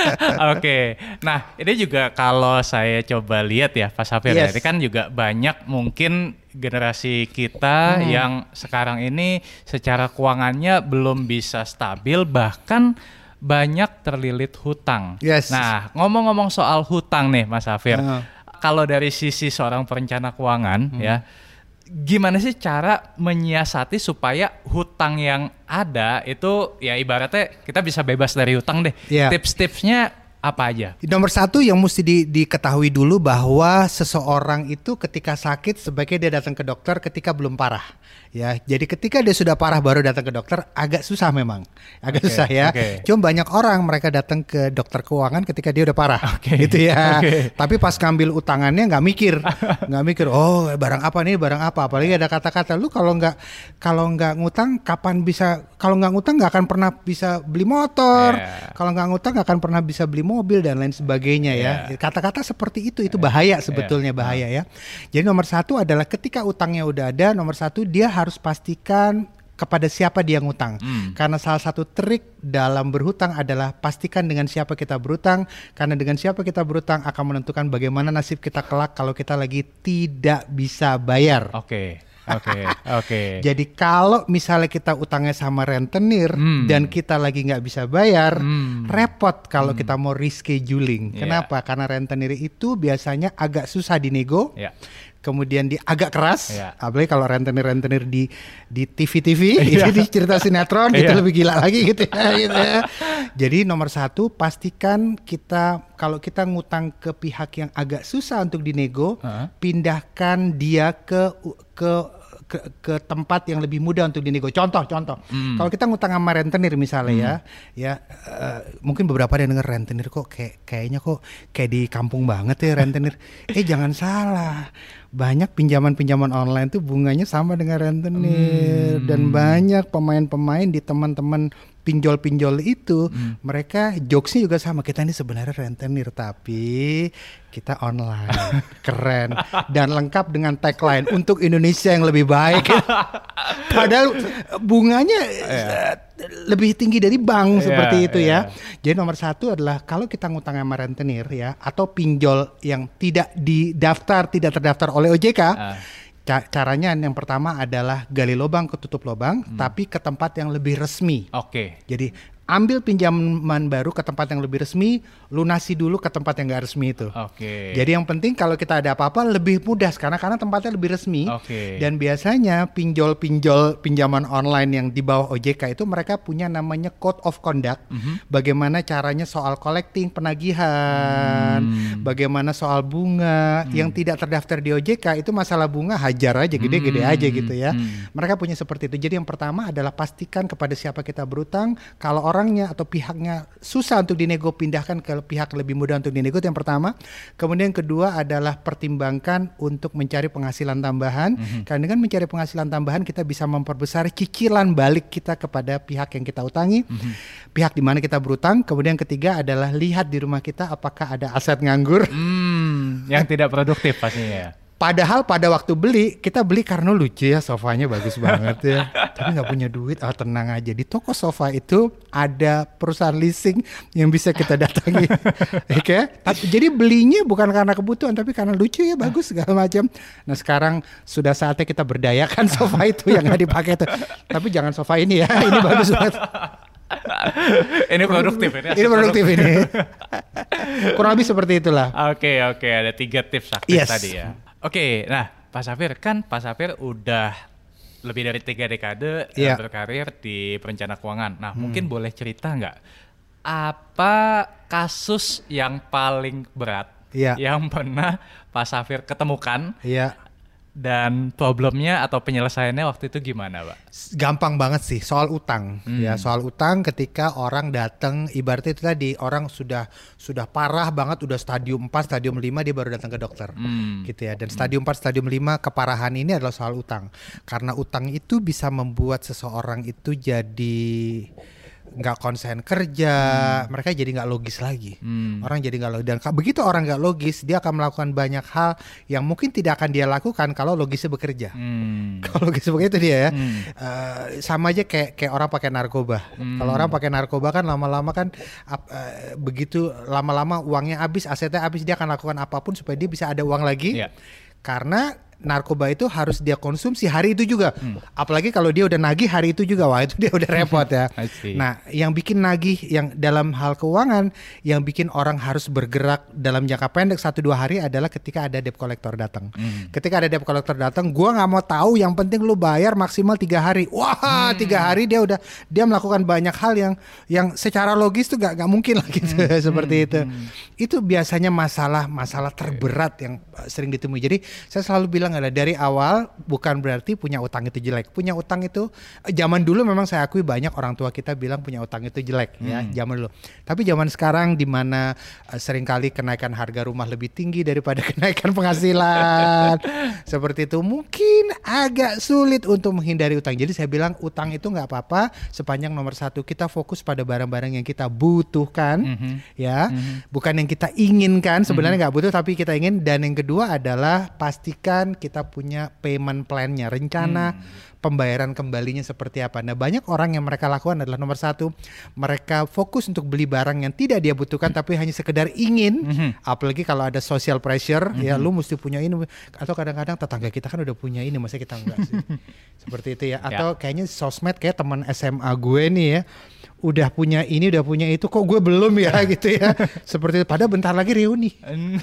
Oke. Nah ini juga kalau saya coba lihat ya Pak Safir, yes. ya, ini kan juga banyak mungkin generasi kita hmm. yang sekarang ini secara keuangannya belum bisa stabil, bahkan banyak terlilit hutang. Yes. Nah, ngomong-ngomong soal hutang nih Mas Safir, uh. kalau dari sisi seorang perencana keuangan hmm. ya, gimana sih cara menyiasati supaya hutang yang ada itu ya ibaratnya kita bisa bebas dari hutang deh. Yeah. Tips-tipsnya apa aja? Nomor satu yang mesti di, diketahui dulu bahwa seseorang itu ketika sakit sebaiknya dia datang ke dokter ketika belum parah. Ya, jadi ketika dia sudah parah baru datang ke dokter agak susah memang, agak okay, susah ya. Okay. Cuma banyak orang mereka datang ke dokter keuangan ketika dia udah parah, okay, gitu ya. Okay. Tapi pas ngambil utangannya nggak mikir, nggak mikir. Oh barang apa nih, barang apa. Apalagi ada kata-kata lu kalau nggak kalau nggak ngutang kapan bisa, kalau nggak ngutang nggak akan pernah bisa beli motor, yeah. kalau nggak ngutang nggak akan pernah bisa beli mobil dan lain sebagainya yeah. ya. Kata-kata seperti itu itu bahaya sebetulnya, yeah. bahaya ya. Jadi nomor satu adalah ketika utangnya udah ada, nomor satu dia harus pastikan kepada siapa dia ngutang. Hmm. Karena salah satu trik dalam berhutang adalah pastikan dengan siapa kita berhutang, karena dengan siapa kita berhutang akan menentukan bagaimana nasib kita kelak kalau kita lagi tidak bisa bayar. Oke. Okay. Oke, okay, oke. Okay. Jadi kalau misalnya kita utangnya sama rentenir hmm. dan kita lagi nggak bisa bayar, hmm. repot kalau hmm. kita mau rescheduling. Yeah. Kenapa? Karena rentenir itu biasanya agak susah dinego. Yeah. Kemudian di agak keras, yeah. apalagi kalau rentenir-rentenir di di T V-T V, yeah. itu di cerita sinetron, itu yeah. lebih gila lagi gitu ya, gitu ya. Jadi nomor satu, pastikan kita kalau kita ngutang ke pihak yang agak susah untuk dinego, uh-huh. pindahkan dia ke ke Ke, ke tempat yang lebih mudah untuk dinego. Contoh, contoh. Mm. Kalau kita ngutang sama rentenir misalnya mm. ya, ya uh, mungkin beberapa ada yang denger rentenir kok kayak kayaknya kok kayak di kampung banget ya rentenir. eh jangan salah, banyak pinjaman-pinjaman online tuh bunganya sama dengan rentenir, mm. dan banyak pemain-pemain di teman-teman pinjol-pinjol itu, hmm. mereka jokesnya juga sama. Kita ini sebenarnya rentenir tapi kita online, keren dan lengkap dengan tagline untuk Indonesia yang lebih baik. Padahal bunganya yeah. lebih tinggi dari bank, yeah, seperti itu yeah. ya. Jadi nomor satu adalah kalau kita ngutang sama rentenir ya, atau pinjol yang tidak didaftar, tidak terdaftar oleh O J K. Uh. Caranya yang pertama adalah gali lubang ketutup lubang, hmm. tapi ke tempat yang lebih resmi. Oke. Okay. Jadi ambil pinjaman baru ke tempat yang lebih resmi, lunasi dulu ke tempat yang nggak resmi itu. Oke. Okay. Jadi yang penting kalau kita ada apa-apa lebih mudah sekarang karena tempatnya lebih resmi. Okay. Dan biasanya pinjol-pinjol pinjaman online yang di bawah O J K itu mereka punya namanya Code of Conduct. Mm-hmm. Bagaimana caranya soal collecting penagihan, mm. bagaimana soal bunga mm. yang tidak terdaftar di O J K itu masalah bunga hajar aja gede-gede mm. aja gitu ya. Mm. Mereka punya seperti itu. Jadi yang pertama adalah pastikan kepada siapa kita berutang. Kalau orangnya atau pihaknya susah untuk dinego, pindahkan ke pihak lebih mudah untuk dinego, itu yang pertama. Kemudian yang kedua adalah pertimbangkan untuk mencari penghasilan tambahan. Mm-hmm. Karena dengan mencari penghasilan tambahan kita bisa memperbesar cicilan balik kita kepada pihak yang kita utangi, mm-hmm. pihak di mana kita berutang. Kemudian ketiga adalah lihat di rumah kita apakah ada aset nganggur. Mm, yang tidak produktif pastinya ya. Padahal pada waktu beli, kita beli karena lucu ya, sofanya bagus banget ya. Tapi gak punya duit, ah tenang aja. Di toko sofa itu ada perusahaan leasing yang bisa kita datangi. Oke, okay? Jadi belinya bukan karena kebutuhan, tapi karena lucu ya, bagus segala macam. Nah sekarang sudah saatnya kita berdayakan sofa itu yang gak dipakai itu. Tapi jangan sofa ini ya, ini bagus banget. Ini produktif ini. Ini produktif ini. Kurang lebih seperti itulah. Oke, okay, oke, okay. Ada tiga tips aktif yes. tadi ya. Oke, nah Pak Safir kan Pak Safir udah lebih dari tiga dekade yeah. berkarir di perencana keuangan. Nah hmm. mungkin boleh cerita nggak apa kasus yang paling berat yeah. yang pernah Pak Safir ketemukan? Iya. Yeah. Dan problemnya atau penyelesaiannya waktu itu gimana, Pak? Gampang banget sih, soal utang. Hmm. Ya, soal utang ketika orang datang, ibaratnya itu tadi orang sudah sudah parah banget, udah stadium empat, stadium lima dia baru datang ke dokter. Hmm. Gitu ya. Dan stadium empat, stadium lima keparahan ini adalah soal utang. Karena utang itu bisa membuat seseorang itu jadi nggak konsen kerja, hmm. mereka jadi nggak logis lagi. Hmm. Orang jadi nggak logis, dan begitu orang nggak logis, dia akan melakukan banyak hal yang mungkin tidak akan dia lakukan kalau logisnya bekerja. Hmm. Kalau logisnya begitu dia ya, hmm. uh, sama aja kayak kayak orang pakai narkoba. Hmm. Kalau orang pakai narkoba kan lama-lama kan uh, begitu lama-lama uangnya habis, asetnya habis, dia akan lakukan apapun supaya dia bisa ada uang lagi. Yeah. Karena narkoba itu harus dia konsumsi hari itu juga. Hmm. Apalagi kalau dia udah nagih hari itu juga, wah itu dia udah repot ya. Nah, yang bikin nagih yang dalam hal keuangan, yang bikin orang harus bergerak dalam jangka pendek satu dua hari adalah ketika ada debt collector datang. Hmm. Ketika ada debt collector datang, gua nggak mau tahu, yang penting lu bayar maksimal tiga hari. Wah, hmm. tiga hari dia udah dia melakukan banyak hal yang yang secara logis tuh nggak nggak mungkin lah gitu. Hmm. Seperti hmm. itu. Hmm. Itu biasanya masalah masalah terberat yang sering ditemui. Jadi saya selalu bilang adalah dari awal bukan berarti punya utang itu jelek. Punya utang itu zaman dulu memang saya akui banyak orang tua kita bilang punya utang itu jelek hmm. ya zaman dulu. Tapi zaman sekarang di mana uh, seringkali kenaikan harga rumah lebih tinggi daripada kenaikan penghasilan seperti itu, mungkin agak sulit untuk menghindari utang. Jadi saya bilang utang itu nggak apa-apa sepanjang nomor satu kita fokus pada barang-barang yang kita butuhkan mm-hmm. ya mm-hmm. bukan yang kita inginkan. Sebenarnya nggak mm-hmm. butuh tapi kita ingin. Dan yang kedua adalah pastikan kita punya payment plan-nya, rencana hmm. pembayaran kembalinya seperti apa. Nah, banyak orang yang mereka lakukan adalah nomor satu, mereka fokus untuk beli barang yang tidak dia butuhkan tapi hanya sekedar ingin. Hmm. Apalagi kalau ada social pressure, hmm. ya lu mesti punya ini. Atau kadang-kadang tetangga kita kan udah punya ini, masa kita enggak sih? Seperti itu ya. Atau ya. Kayaknya sosmed kayak teman S M A gue nih ya, udah punya ini, udah punya itu, kok gue belum ya gitu ya. Seperti itu. Padahal bentar lagi reuni.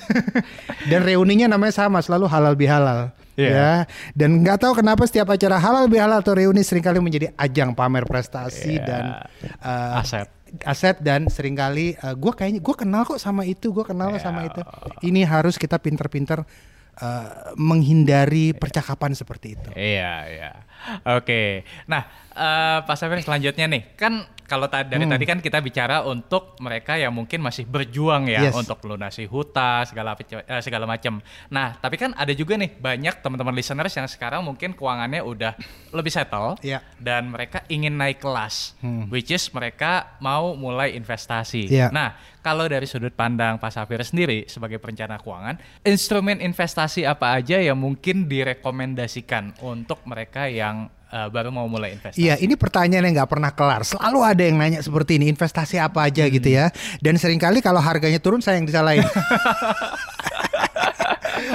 Dan reuninya namanya sama, selalu halal bihalal. Yeah. Ya. Dan nggak tahu kenapa setiap acara halal bihalal atau reuni seringkali menjadi ajang pamer prestasi yeah. dan uh, aset. Aset dan seringkali uh, gue kayaknya gue kenal kok sama itu, gue kenal yeah. sama itu. Ini harus kita pinter-pinter uh, menghindari percakapan seperti itu. Iya, iya. Oke. Nah, uh, Pak Safir selanjutnya nih, kan kalau ta- dari hmm. tadi kan kita bicara untuk mereka yang mungkin masih berjuang ya yes. untuk melunasi hutang segala uh, segala macam. Nah, tapi kan ada juga nih banyak teman-teman listeners yang sekarang mungkin keuangannya udah lebih settle yeah. dan mereka ingin naik kelas, hmm. which is mereka mau mulai investasi. Yeah. Nah, kalau dari sudut pandang Pak Safir sendiri sebagai perencana keuangan, instrumen investasi apa aja yang mungkin direkomendasikan untuk mereka yang Uh, baru mau mulai investasi? Iya, ini pertanyaan yang nggak pernah kelar. Selalu ada yang nanya seperti ini, investasi apa aja hmm. gitu ya. Dan seringkali kalau harganya turun saya yang disalahin.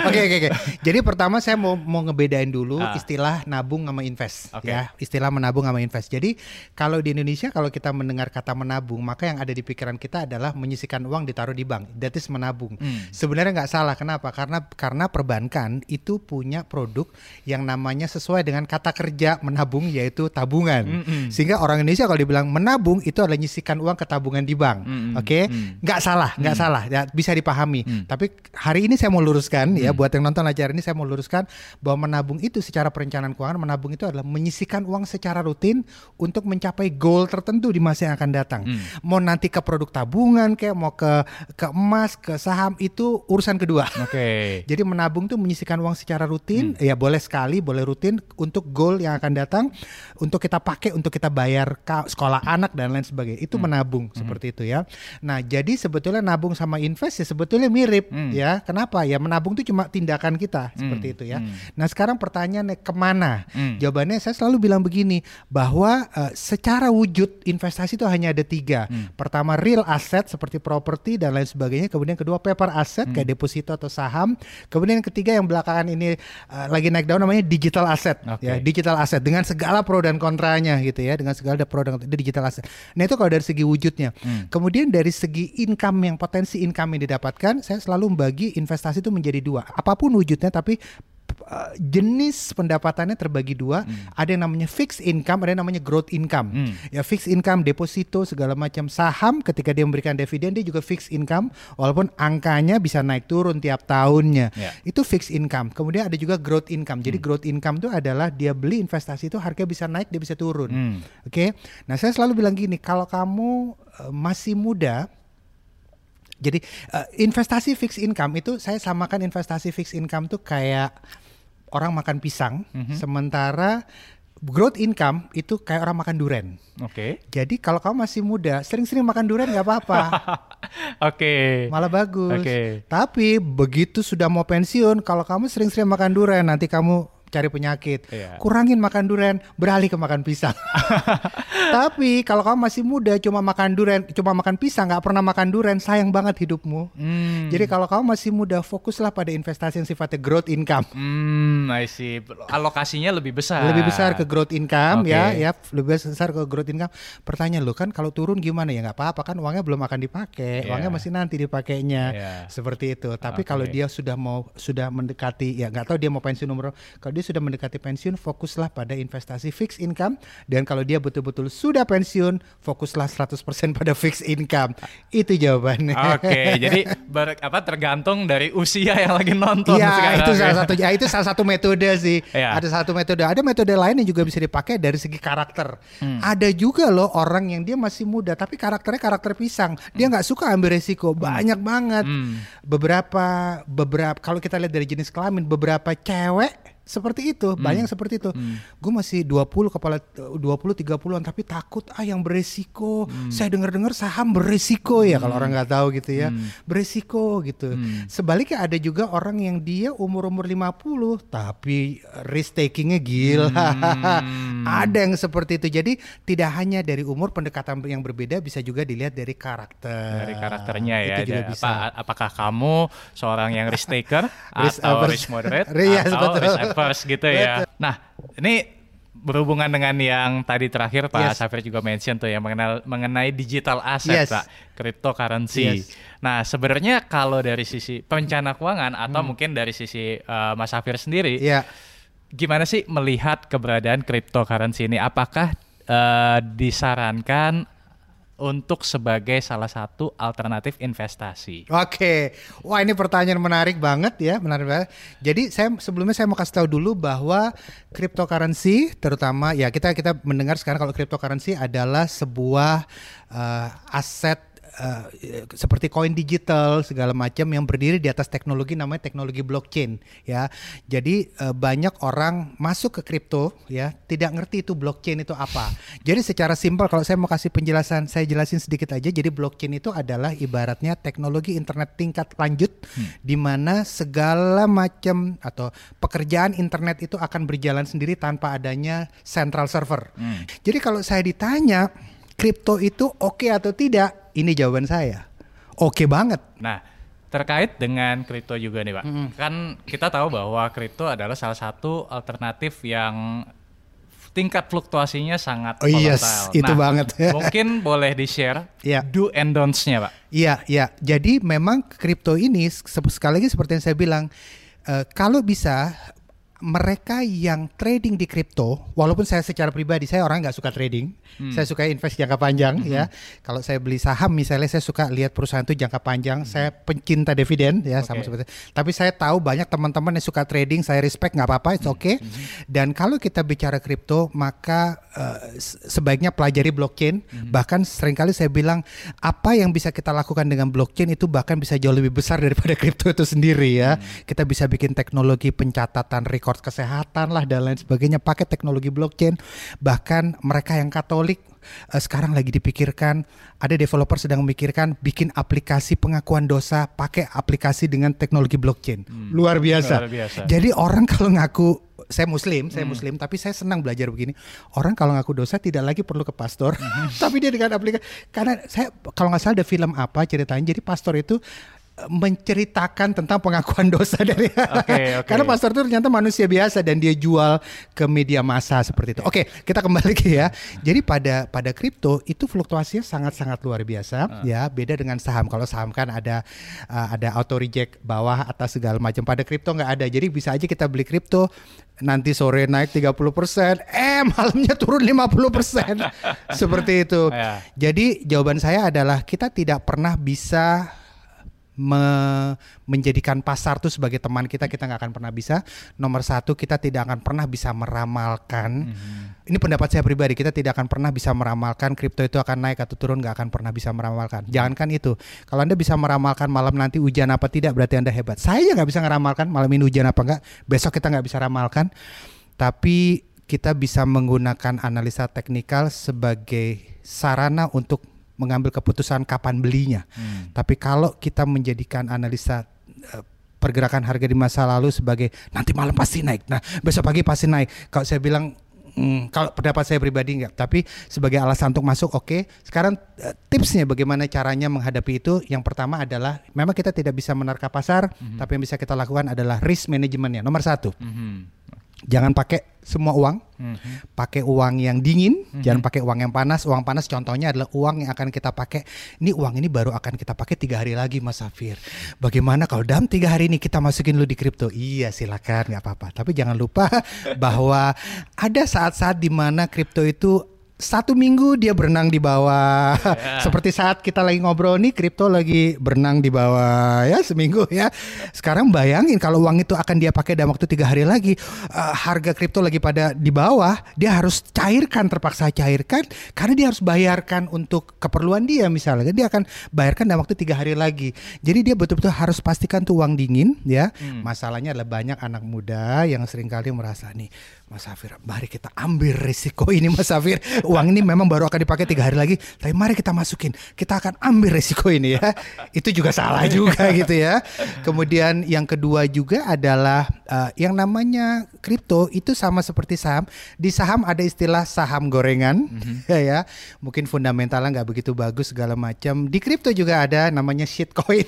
Oke oke oke. Jadi pertama saya mau mau ngebedain dulu Ah. istilah nabung sama invest Oke. ya. Istilah menabung sama invest. Jadi kalau di Indonesia kalau kita mendengar kata menabung, maka yang ada di pikiran kita adalah menyisihkan uang ditaruh di bank. That is menabung. Hmm. Sebenarnya nggak salah. Kenapa? Karena karena perbankan itu punya produk yang namanya sesuai dengan kata kerja menabung, yaitu tabungan. Mm-mm. Sehingga orang Indonesia kalau dibilang menabung itu adalah nyisihkan uang ke tabungan di bank. Mm-mm. Oke? Mm. Nggak salah, nggak salah. Ya, bisa dipahami. Mm. Tapi hari ini saya mau luruskan ya, buat yang nonton acara ini saya mau luruskan bahwa menabung itu secara perencanaan keuangan, menabung itu adalah menyisihkan uang secara rutin untuk mencapai goal tertentu di masa yang akan datang. Hmm. Mau nanti ke produk tabungan kayak mau ke ke emas, ke saham, itu urusan kedua. Oke. Jadi menabung tuh menyisihkan uang secara rutin, ya boleh sekali, boleh rutin untuk goal yang akan datang, untuk kita pakai untuk kita bayar ka- sekolah anak dan lain sebagainya. Itu menabung seperti itu ya. Nah, jadi sebetulnya nabung sama invest ya sebetulnya mirip Hmm. ya. Kenapa? Ya menabung itu cuma tindakan kita seperti itu ya. Hmm. Nah, sekarang pertanyaannya kemana? Hmm. Jawabannya saya selalu bilang begini, bahwa eh, secara wujud investasi itu hanya ada tiga. Hmm. Pertama real asset seperti properti dan lain sebagainya. Kemudian kedua paper asset Hmm. kayak deposito atau saham. Kemudian yang ketiga yang belakangan ini eh, lagi naik daun namanya digital asset. Oke. Ya, digital asset dengan segala pro dan kontranya gitu ya, dengan segala pro dan kontra, itu digital asset. Nah, itu kalau dari segi wujudnya. Hmm. Kemudian dari segi income, yang potensi income yang didapatkan, saya selalu membagi investasi itu menjadi dua. Apapun wujudnya, tapi uh, jenis pendapatannya terbagi dua. Ada yang namanya fixed income, ada yang namanya growth income. Hmm. Ya, fixed income, deposito, segala macam. Saham ketika dia memberikan dividen, dia juga fixed income, walaupun angkanya bisa naik turun tiap tahunnya. Ya. Itu fixed income. Kemudian ada juga growth income. Jadi growth income itu adalah dia beli investasi itu harga bisa naik, dia bisa turun. Hmm. Oke. Nah, saya selalu bilang gini, kalau kamu uh, masih muda, jadi uh, investasi fixed income itu saya samakan investasi fixed income tuh kayak orang makan pisang, Mhm. sementara growth income itu kayak orang makan durian. Oke. Jadi kalau kamu masih muda, sering-sering makan durian nggak apa-apa, Oke. malah bagus. Oke. Tapi begitu sudah mau pensiun, kalau kamu sering-sering makan durian, nanti kamu cari penyakit. Iya. Kurangin makan durian, beralih ke makan pisang. Tapi kalau kamu masih muda, cuma makan durian, cuma makan pisang, nggak pernah makan durian, sayang banget hidupmu. Hmm. Jadi kalau kamu masih muda, fokuslah pada investasi yang sifatnya growth income. Hmm, I see. Alokasinya lebih besar. Lebih besar ke growth income Oke. ya, ya lebih besar ke growth income. Pertanyaan lo kan, kalau turun gimana ya? Nggak apa-apa kan, uangnya belum akan dipakai, Iya. uangnya masih nanti dipakainya, Iya. seperti itu. Tapi Oke. kalau dia sudah mau sudah mendekati, ya nggak tahu dia mau pensiun umur, kalau dia sudah mendekati pensiun, fokuslah pada investasi fixed income. Dan kalau dia betul-betul sudah pensiun, fokuslah seratus persen pada fixed income. Itu jawabannya. Oke, jadi ber, apa tergantung dari usia yang lagi nonton Iya, sekarang. itu salah ya. satu ya, itu salah satu metode sih. Iya. Ada satu metode. Ada metode lain yang juga bisa dipakai dari segi karakter. Hmm. Ada juga loh orang yang dia masih muda tapi karakternya karakter pisang. Dia nggak suka ambil resiko. Banyak banget. Hmm. Beberapa beberapa kalau kita lihat dari jenis kelamin, beberapa cewek seperti itu, banyak seperti itu. Gue masih dua puluh kepala dua puluh tiga puluhan tapi takut ah yang beresiko. Saya dengar-dengar saham beresiko ya, kalau orang nggak tahu gitu ya. Beresiko gitu. Sebaliknya ada juga orang yang dia umur-umur lima puluh tapi risk takingnya gila. Ada yang seperti itu. Jadi tidak hanya dari umur, pendekatan yang berbeda bisa juga dilihat dari karakter. Dari karakternya ya. Itu juga Ada bisa. apa- apakah kamu seorang yang risk taker Risk atau averse. risk moderate Yes, atau betul. risk adverse gitu ya. Nah, ini berhubungan dengan yang tadi terakhir Pak Yes. Safir juga mention tuh yang mengenal mengenai digital asset, Yes. Pak, cryptocurrency. Yes. Nah, sebenarnya kalau dari sisi perencana keuangan atau mungkin dari sisi uh, Mas Safir sendiri, Iya. gimana sih melihat keberadaan cryptocurrency ini? Apakah uh, disarankan untuk sebagai salah satu alternatif investasi? Oke, wah ini pertanyaan menarik banget ya, menarik banget. Jadi saya sebelumnya saya mau kasih tahu dulu bahwa cryptocurrency, terutama ya kita kita mendengar sekarang kalau cryptocurrency adalah sebuah uh, aset uh, seperti koin digital segala macam yang berdiri di atas teknologi namanya teknologi blockchain ya. Jadi uh, banyak orang masuk ke kripto ya tidak ngerti itu blockchain itu apa. Jadi secara simpel kalau saya mau kasih penjelasan, saya jelasin sedikit aja. Jadi blockchain itu adalah ibaratnya teknologi internet tingkat lanjut hmm. di mana segala macam atau pekerjaan internet itu akan berjalan sendiri tanpa adanya central server. Hmm. Jadi kalau saya ditanya kripto itu oke okay atau tidak? Ini jawaban saya. Oke okay banget. Nah, Terkait dengan kripto juga nih Pak, Mm-mm. kan kita tahu bahwa kripto adalah salah satu alternatif yang tingkat fluktuasinya sangat Oh yes, volatile. itu Nah, banget. mungkin boleh di-share Iya. do and don'ts-nya Pak. Iya, iya. Jadi memang kripto ini se- sekali lagi seperti yang saya bilang, eh, kalau bisa mereka yang trading di kripto, walaupun saya secara pribadi saya orang nggak suka trading, hmm. saya suka invest jangka panjang hmm. ya. Kalau saya beli saham misalnya, saya suka lihat perusahaan itu jangka panjang. Hmm. Saya pencinta dividen ya, okay. sama seperti. Tapi saya tahu banyak teman-teman yang suka trading, saya respect, nggak apa-apa, it's okay. Hmm. Dan kalau kita bicara kripto, maka uh, sebaiknya pelajari blockchain. Hmm. Bahkan seringkali saya bilang apa yang bisa kita lakukan dengan blockchain itu bahkan bisa jauh lebih besar daripada kripto itu sendiri ya. Hmm. Kita bisa bikin teknologi pencatatan record kesehatan lah dan lain sebagainya pakai teknologi blockchain. Bahkan mereka yang Katolik uh, sekarang lagi dipikirkan, ada developer sedang memikirkan bikin aplikasi pengakuan dosa pakai aplikasi dengan teknologi blockchain. Hmm. Luar biasa. Luar biasa. Jadi orang kalau ngaku saya muslim, saya hmm. muslim, tapi saya senang belajar begini. Orang kalau ngaku dosa tidak lagi perlu ke pastor, hmm. tapi dia dengan aplikasi. Karena saya kalau nggak salah ada film apa ceritanya, jadi pastor itu menceritakan tentang pengakuan dosa dari okay, okay. karena pastor itu ternyata manusia biasa dan dia jual ke media massa seperti itu. Oke, okay, kita kembali lagi ya. Jadi pada pada kripto itu fluktuasinya sangat-sangat luar biasa uh. ya, beda dengan saham. Kalau saham kan ada uh, ada auto reject bawah atas segala macam. Pada kripto nggak ada. Jadi bisa aja kita beli kripto nanti sore naik tiga puluh persen, eh malamnya turun lima puluh persen. Seperti itu. Yeah. Jadi jawaban saya adalah kita tidak pernah bisa Me- menjadikan pasar itu sebagai teman kita, kita nggak akan pernah bisa. Nomor satu, kita tidak akan pernah bisa meramalkan. Mm-hmm. Ini pendapat saya pribadi, kita tidak akan pernah bisa meramalkan kripto itu akan naik atau turun, nggak akan pernah bisa meramalkan. Jangankan itu, kalau Anda bisa meramalkan malam nanti hujan apa tidak, berarti Anda hebat. Saya nggak bisa ngeramalkan malam ini hujan apa enggak, besok kita nggak bisa ramalkan. Tapi kita bisa menggunakan analisa teknikal sebagai sarana untuk mengambil keputusan kapan belinya. Hmm. Tapi kalau kita menjadikan analisa uh, pergerakan harga di masa lalu sebagai nanti malam pasti naik, nah besok pagi pasti naik. Kalau saya bilang, hmm, kalau pendapat saya pribadi enggak. Tapi sebagai alasan untuk masuk, oke. Okay. Sekarang uh, tipsnya bagaimana caranya menghadapi itu. Yang pertama adalah memang kita tidak bisa menerka pasar, hmm. tapi yang bisa kita lakukan adalah risk manajemennya. Nomor satu. Hmm. Jangan pakai semua uang, mm-hmm. pakai uang yang dingin, mm-hmm. jangan pakai uang yang panas. Uang panas contohnya adalah uang yang akan kita pakai. Ini uang ini baru akan kita pakai tiga hari lagi, Mas Safir. Bagaimana kalau dalam tiga hari ini kita masukin lu di kripto? Iya silakan, nggak apa-apa. Tapi jangan lupa bahwa ada saat-saat di mana kripto itu satu minggu dia berenang di bawah. Yeah. Seperti saat kita lagi ngobrol nih, kripto lagi berenang di bawah ya seminggu ya. Sekarang bayangin kalau uang itu akan dia pakai dalam waktu tiga hari lagi, uh, harga kripto lagi pada di bawah, dia harus cairkan, terpaksa cairkan karena dia harus bayarkan untuk keperluan dia misalnya. Dia akan bayarkan dalam waktu tiga hari lagi. Jadi dia betul-betul harus pastikan tuh uang dingin ya. Hmm. Masalahnya adalah banyak anak muda yang seringkali merasa nih, Mas Safir, mari kita ambil risiko ini Mas Safir. Uang ini memang baru akan dipakai tiga hari lagi, tapi mari kita masukin. Kita akan ambil risiko ini ya. Itu juga salah juga gitu ya. Kemudian yang kedua juga adalah uh, yang namanya kripto itu sama seperti saham. Di saham ada istilah saham gorengan, mm-hmm. ya. Mungkin fundamentalnya nggak begitu bagus segala macam. Di kripto juga ada namanya shitcoin.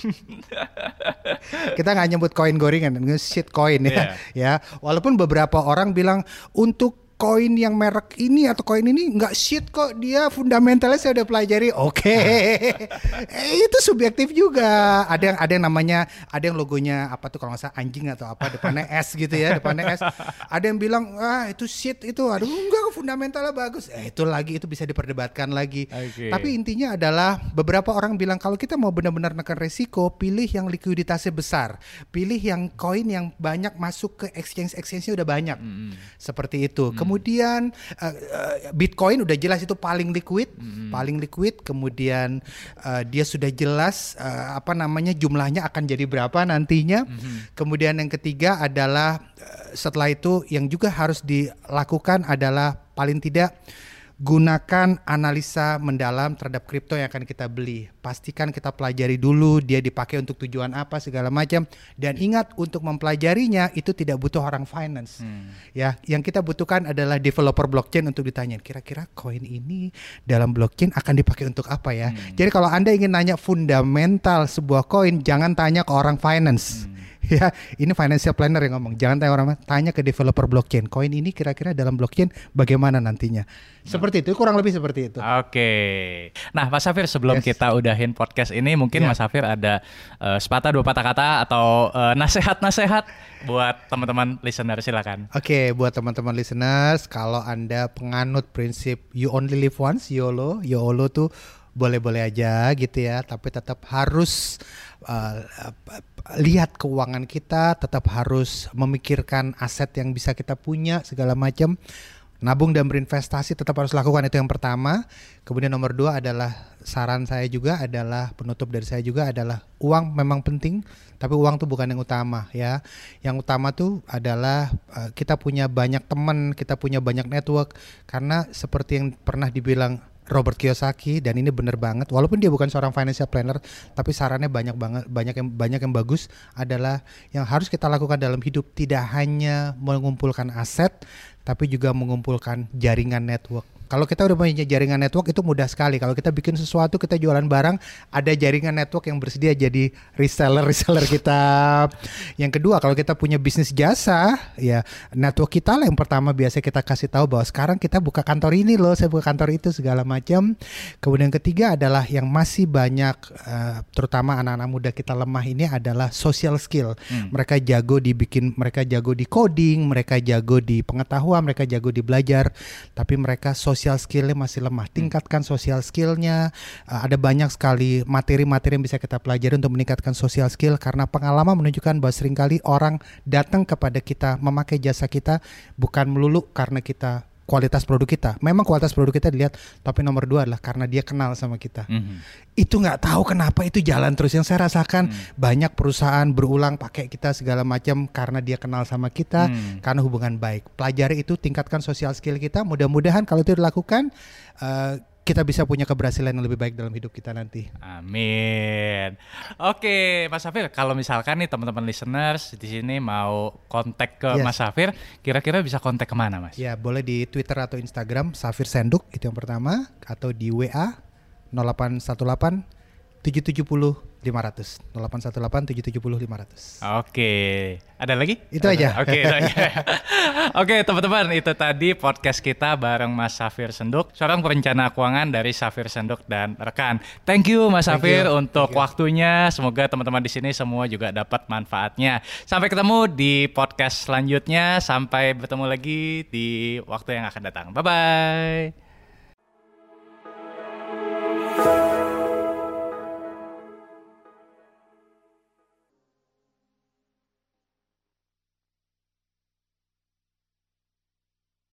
Kita nggak nyebut koin gorengan, shitcoin ya. Yeah. Ya. Walaupun beberapa orang bilang untuk koin yang merek ini atau koin ini nggak shit kok, dia fundamentalnya saya udah pelajari. Oke, okay. eh, itu subjektif juga. Ada yang ada yang namanya, ada yang logonya apa tuh kalau nggak salah anjing atau apa, depannya S gitu ya, depannya S. Ada yang bilang ah itu shit itu, aduh enggak, fundamentalnya bagus. Eh itu lagi, itu bisa diperdebatkan lagi. Okay. Tapi intinya adalah beberapa orang bilang kalau kita mau benar-benar menekan resiko, pilih yang likuiditasnya besar, pilih yang koin yang banyak masuk ke exchange exchange-nya udah banyak, mm-hmm. seperti itu. Mm-hmm. Kemudian uh, uh, Bitcoin udah jelas itu paling liquid, hmm. paling liquid. Kemudian uh, dia sudah jelas uh, apa namanya jumlahnya akan jadi berapa nantinya. Hmm. Kemudian yang ketiga adalah uh, setelah itu yang juga harus dilakukan adalah paling tidak gunakan analisa mendalam terhadap kripto yang akan kita beli. Pastikan kita pelajari dulu dia dipakai untuk tujuan apa segala macam. Dan ingat untuk mempelajarinya itu tidak butuh orang finance. Hmm. Ya, yang kita butuhkan adalah developer blockchain untuk ditanyain kira-kira koin ini dalam blockchain akan dipakai untuk apa ya. Hmm. Jadi kalau Anda ingin nanya fundamental sebuah koin, jangan tanya ke orang finance. Hmm. Ya, ini financial planner yang ngomong. Jangan tanya orang, tanya ke developer blockchain. Koin ini kira-kira dalam blockchain bagaimana nantinya? Seperti itu, kurang lebih seperti itu. Oke. Nah, Mas Safir, sebelum yes. kita udahin podcast ini, mungkin yeah. Mas Safir ada uh, sepatah dua patah kata atau uh, nasihat-nasihat buat teman-teman listener, silakan. Oke, buat teman-teman listeners, kalau Anda penganut prinsip you only live once, YOLO, YOLO tuh boleh-boleh aja gitu ya, tapi tetap harus uh, lihat keuangan kita, tetap harus memikirkan aset yang bisa kita punya segala macam. Nabung dan berinvestasi tetap harus lakukan, itu yang pertama. Kemudian nomor dua adalah saran saya juga adalah penutup dari saya juga adalah uang memang penting, tapi uang tuh bukan yang utama ya. Yang utama tuh adalah uh, kita punya banyak teman, kita punya banyak network, karena seperti yang pernah dibilang Robert Kiyosaki, dan ini benar banget, walaupun dia bukan seorang financial planner, tapi sarannya banyak banget, banyak yang banyak yang bagus adalah yang harus kita lakukan dalam hidup tidak hanya mengumpulkan aset, tapi juga mengumpulkan jaringan network. Kalau kita udah punya jaringan network itu mudah sekali. Kalau kita bikin sesuatu, kita jualan barang, ada jaringan network yang bersedia jadi reseller-reseller kita. Yang kedua, kalau kita punya bisnis jasa, ya network kita lah yang pertama biasa kita kasih tahu bahwa sekarang kita buka kantor ini loh, saya buka kantor itu segala macam. Kemudian ketiga adalah yang masih banyak, uh, terutama anak-anak muda kita lemah ini adalah social skill. Hmm. Mereka jago dibikin, mereka jago di coding, mereka jago di pengetahuan, mereka jago di belajar, tapi mereka social Social skillnya masih lemah. Tingkatkan social skillnya. Uh, ada banyak sekali materi-materi yang bisa kita pelajari untuk meningkatkan social skill, karena pengalaman menunjukkan bahwa seringkali orang datang kepada kita memakai jasa kita bukan melulu karena kita kualitas produk kita. Memang kualitas produk kita dilihat, tapi nomor dua adalah karena dia kenal sama kita. Mm-hmm. Itu nggak tahu kenapa itu jalan terus. Yang saya rasakan mm. banyak perusahaan berulang pakai kita segala macam karena dia kenal sama kita, mm. karena hubungan baik. Pelajari itu, tingkatkan social skill kita. Mudah-mudahan kalau itu dilakukan, uh, kita bisa punya keberhasilan yang lebih baik dalam hidup kita nanti. Amin. Oke, Mas Safir, kalau misalkan nih teman-teman listeners di sini mau kontak ke yes. Mas Safir, kira-kira bisa kontak kemana, Mas? Ya, boleh di Twitter atau Instagram Safir Senduk, itu yang pertama, atau di W A nol delapan satu delapan tujuh tujuh nol lima nol nol nol delapan satu delapan tujuh tujuh nol lima nol nol. Oke, ada lagi? Itu aja. Oke, itu aja. Oke, teman-teman, itu tadi podcast kita bareng Mas Safir Senduk, seorang perencana keuangan dari Safir Senduk dan rekan. Thank you Mas Thank Safir you. untuk Thank waktunya. Semoga teman-teman di sini semua juga dapat manfaatnya. Sampai ketemu di podcast selanjutnya. Sampai bertemu lagi di waktu yang akan datang. Bye bye.